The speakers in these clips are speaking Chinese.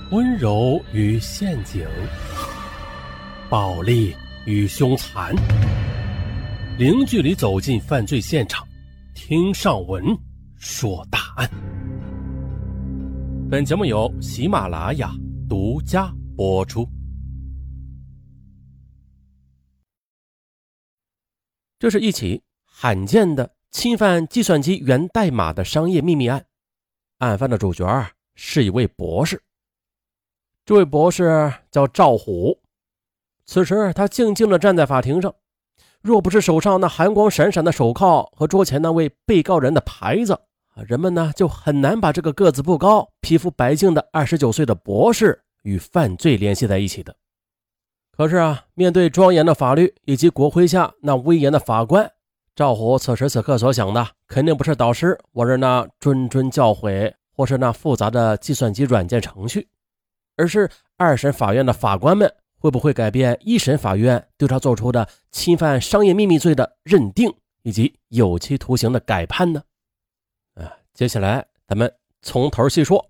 温柔与陷阱，暴力与凶残，零距离走进犯罪现场，听上文说大案。本节目由喜马拉雅独家播出。这是一起罕见的侵犯计算机源代码的商业秘密案，案犯的主角是一位博士。这位博士叫赵虎，此时他静静地站在法庭上，若不是手上那寒光闪闪的手铐和桌前那位被告人的牌子，人们呢就很难把这个个子不高、皮肤白净的29岁的博士与犯罪联系在一起的。可是面对庄严的法律以及国徽下那威严的法官，赵虎此时此刻所想的肯定不是导师往日那谆谆教诲，或是那复杂的计算机软件程序，而是二审法院的法官们会不会改变一审法院对他做出的侵犯商业秘密罪的认定以及有期徒刑的改判呢？接下来咱们从头细说。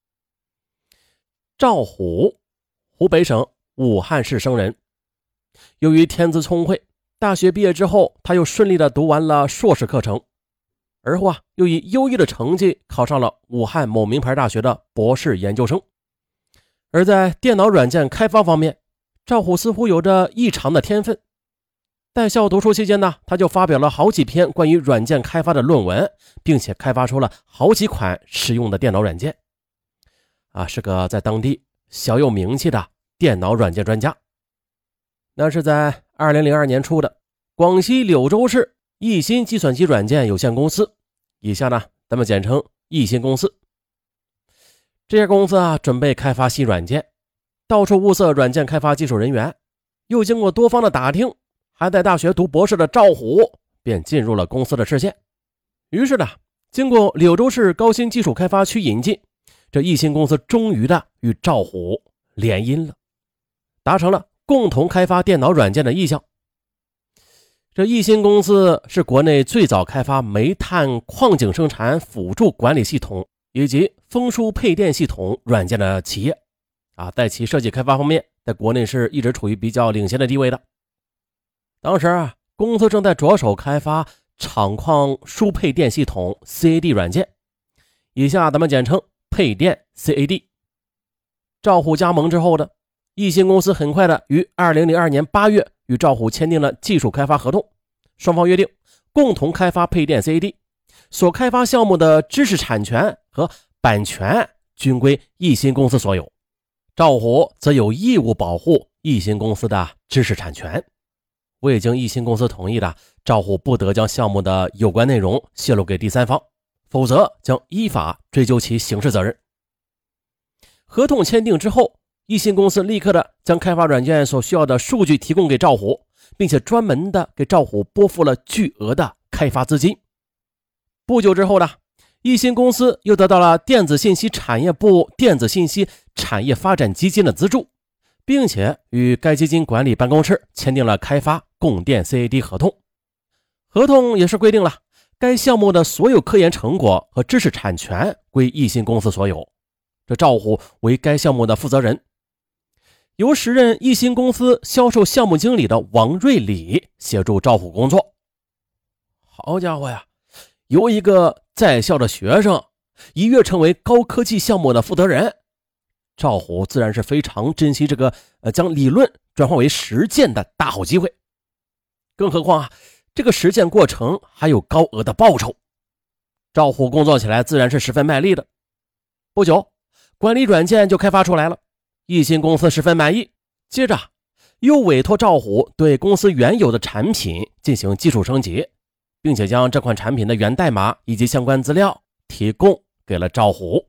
赵虎，湖北省武汉市生人，由于天资聪慧，大学毕业之后他又顺利的读完了硕士课程，而后又以优异的成绩考上了武汉某名牌大学的博士研究生。而在电脑软件开发方面，赵虎似乎有着异常的天分。在校读书期间呢，他就发表了好几篇关于软件开发的论文，并且开发出了好几款实用的电脑软件。是个在当地小有名气的电脑软件专家。那是在2002年初的广西柳州市易鑫计算机软件有限公司，以下呢咱们简称易鑫公司。这家公司准备开发新软件，到处物色软件开发技术人员，又经过多方的打听，还在大学读博士的赵虎便进入了公司的视线。于是呢，经过柳州市高新技术开发区引进，这易鑫公司终于的与赵虎联姻了，达成了共同开发电脑软件的意向。这易鑫公司是国内最早开发煤炭矿井生产辅助管理系统以及风输配电系统软件的企业在其设计开发方面，在国内是一直处于比较领先的地位的。当时公司正在着手开发厂矿输配电系统 CAD 软件，以下咱们简称配电 CAD。 赵虎加盟之后的易鑫公司很快的于2002年8月与赵虎签订了技术开发合同，双方约定共同开发配电 CAD， 所开发项目的知识产权和版权均归易鑫公司所有，赵虎则有义务保护易鑫公司的知识产权。未经易鑫公司同意的，赵虎不得将项目的有关内容泄露给第三方，否则将依法追究其刑事责任。合同签订之后，易鑫公司立刻的将开发软件所需要的数据提供给赵虎，并且专门的给赵虎拨付了巨额的开发资金。不久之后呢，易鑫公司又得到了电子信息产业部电子信息产业发展基金的资助，并且与该基金管理办公室签订了开发供电 CAD 合同。合同也是规定了该项目的所有科研成果和知识产权归易鑫公司所有，这赵虎为该项目的负责人，由时任易鑫公司销售项目经理的王瑞礼协助赵虎工作。好家伙呀，由一个在校的学生一跃成为高科技项目的负责人，赵虎自然是非常珍惜这个将理论转化为实践的大好机会。更何况这个实践过程还有高额的报酬，赵虎工作起来自然是十分卖力的。不久，管理软件就开发出来了，易鑫公司十分满意，接着又委托赵虎对公司原有的产品进行技术升级，并且将这款产品的源代码以及相关资料提供给了赵虎。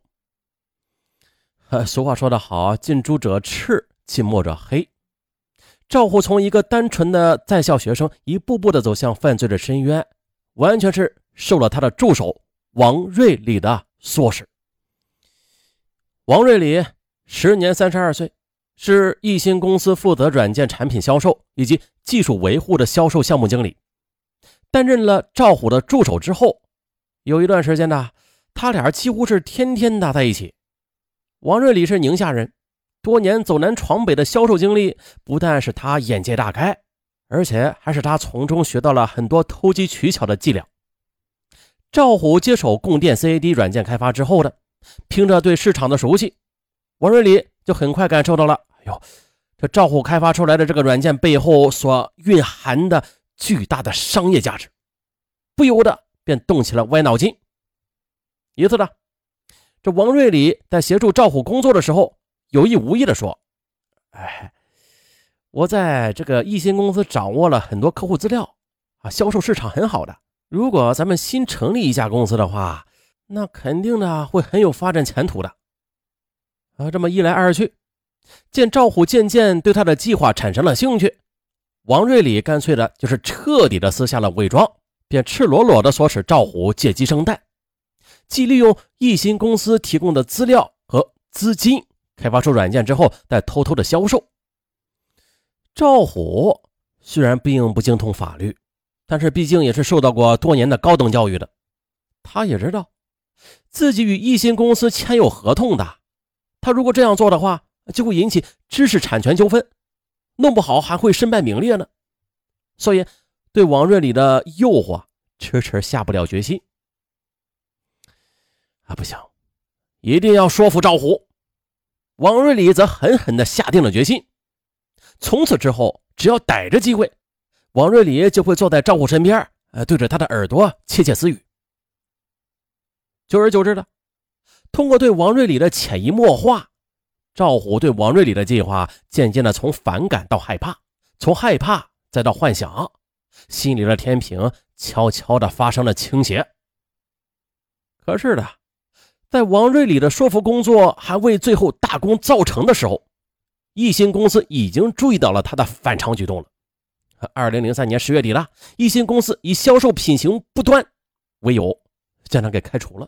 俗话说得好，近朱者赤，近墨者黑。赵虎从一个单纯的在校学生一步步的走向犯罪的深渊，完全是受了他的助手王瑞礼的唆使。王瑞礼时年32岁，是易鑫公司负责软件产品销售以及技术维护的销售项目经理。担任了赵虎的助手之后，有一段时间呢，他俩几乎是天天的在一起。 王瑞礼是宁夏人，多年走南闯北的销售经历不但使他眼界大开，而且还使他从中学到了很多投机取巧的伎俩。赵虎接手供电 CAD 软件开发之后的，凭着对市场的熟悉，王瑞礼就很快感受到了，这赵虎开发出来的这个软件背后所蕴含的巨大的商业价值，不由得便动起了歪脑筋。一次呢，这王瑞礼在协助赵虎工作的时候，有意无意地说：我在这个易鑫公司掌握了很多客户资料销售市场很好的，如果咱们新成立一家公司的话，那肯定的会很有发展前途的。这么一来二去，见赵虎渐渐对他的计划产生了兴趣，王瑞礼干脆的就是彻底的撕下了伪装，便赤裸裸的唆使赵虎借鸡生蛋，既利用易鑫公司提供的资料和资金开发出软件之后再偷偷的销售。赵虎虽然并不精通法律，但是毕竟也是受到过多年的高等教育的，他也知道自己与易鑫公司签有合同的，他如果这样做的话，就会引起知识产权纠纷，弄不好还会身败名裂呢。所以对王瑞礼的诱惑迟迟下不了决心。不行，一定要说服赵虎。王瑞礼则狠狠地下定了决心，从此之后，只要逮着机会，王瑞礼就会坐在赵虎身边，对着他的耳朵窃窃私语。久而久之的，通过对王瑞礼的潜移默化，赵虎对王瑞礼的计划渐渐的从反感到害怕，从害怕再到幻想，心里的天平悄悄的发生了倾斜。可是的，在王瑞礼的说服工作还未最后大功造成的时候，易鑫公司已经注意到了他的反常举动了。2003年10月底了，易鑫公司以销售品行不端为由将他给开除了。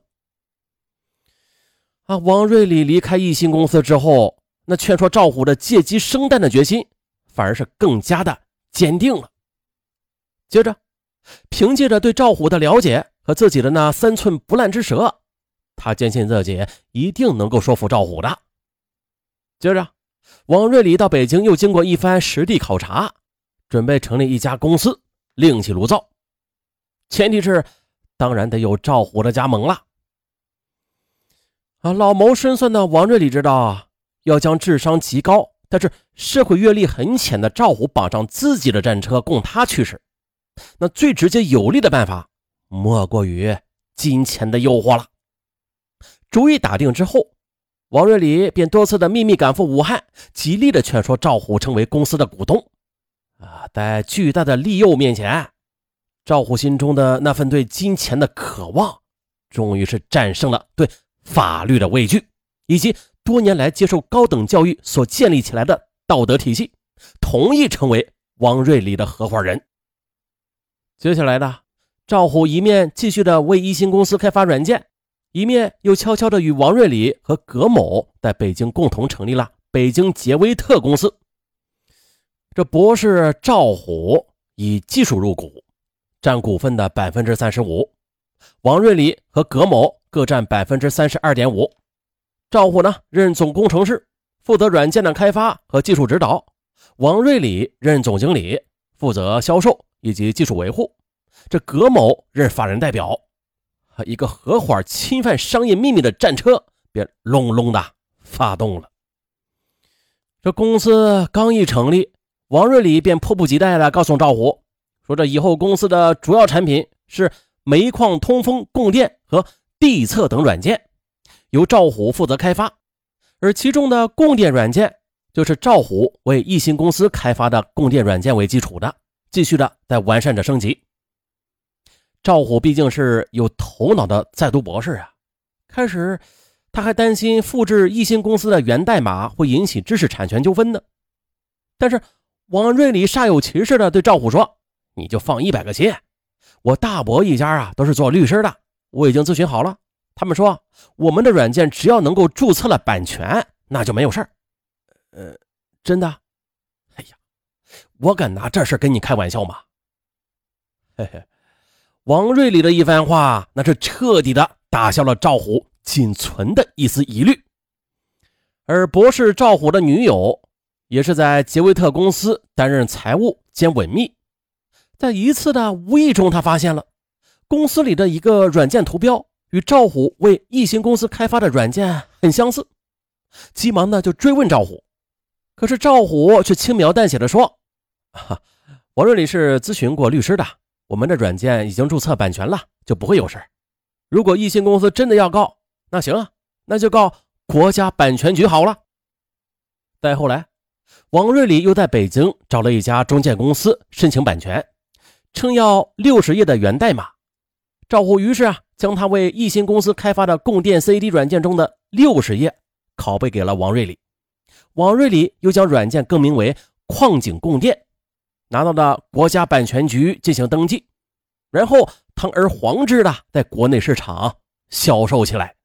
王瑞礼离开易鑫公司之后，那劝说赵虎的借鸡生蛋的决心反而是更加的坚定了。接着，凭借着对赵虎的了解和自己的那3寸不烂之舌，他坚信自己一定能够说服赵虎的。接着，王瑞礼到北京又经过一番实地考察，准备成立一家公司，另起炉灶。前提是当然得有赵虎的加盟了。老谋深算的王瑞礼知道，要将智商极高但是社会阅历很浅的赵虎绑上自己的战车供他驱使，那最直接有力的办法莫过于金钱的诱惑了。主意打定之后，王瑞礼便多次的秘密赶赴武汉，极力的劝说赵虎成为公司的股东。在巨大的利诱面前，赵虎心中的那份对金钱的渴望，终于是战胜了对法律的畏惧，以及多年来接受高等教育所建立起来的道德体系，同意成为王瑞礼的合伙人。接下来的，赵虎一面继续的为易鑫公司开发软件，一面又悄悄的与王瑞礼和葛某在北京共同成立了北京杰威特公司。这博士赵虎以技术入股，占股份的 35%， 王瑞礼和葛某各占 32.5%。 赵虎呢任总工程师，负责软件的开发和技术指导，王瑞礼任总经理，负责销售以及技术维护，这葛某任法人代表。一个合伙侵犯商业秘密的战车便隆隆的发动了。这公司刚一成立，王瑞礼便迫不及待地告诉赵虎说，这以后公司的主要产品是煤矿通风、供电和地测等软件，由赵虎负责开发，而其中的供电软件就是赵虎为易鑫公司开发的供电软件为基础的，继续的在完善着升级。赵虎毕竟是有头脑的在读博士啊，开始他还担心复制易鑫公司的源代码会引起知识产权纠纷呢。但是王瑞礼煞有其事的对赵虎说，你就放100个心，我大伯一家都是做律师的，我已经咨询好了，他们说我们的软件只要能够注册了版权，那就没有事儿。真的？哎呀，我敢拿这事跟你开玩笑吗？嘿嘿。王瑞礼的一番话，那是彻底的打消了赵虎仅存的一丝疑虑。 而博士赵虎的女友也是在杰维特公司担任财务兼稳秘。在一次的无意中，他发现了公司里的一个软件图标与赵虎为易鑫公司开发的软件很相似，急忙呢就追问赵虎。可是赵虎却轻描淡写的说，王瑞礼是咨询过律师的，我们的软件已经注册版权了，就不会有事。如果易鑫公司真的要告，那行啊，那就告国家版权局好了。再后来，王瑞礼又在北京找了一家中介公司申请版权，称要60页的源代码。赵虎于是将他为易鑫公司开发的供电 CD 软件中的60页拷贝给了王瑞礼。王瑞礼又将软件更名为矿井供电，拿到了国家版权局进行登记，然后堂而皇之的在国内市场销售起来。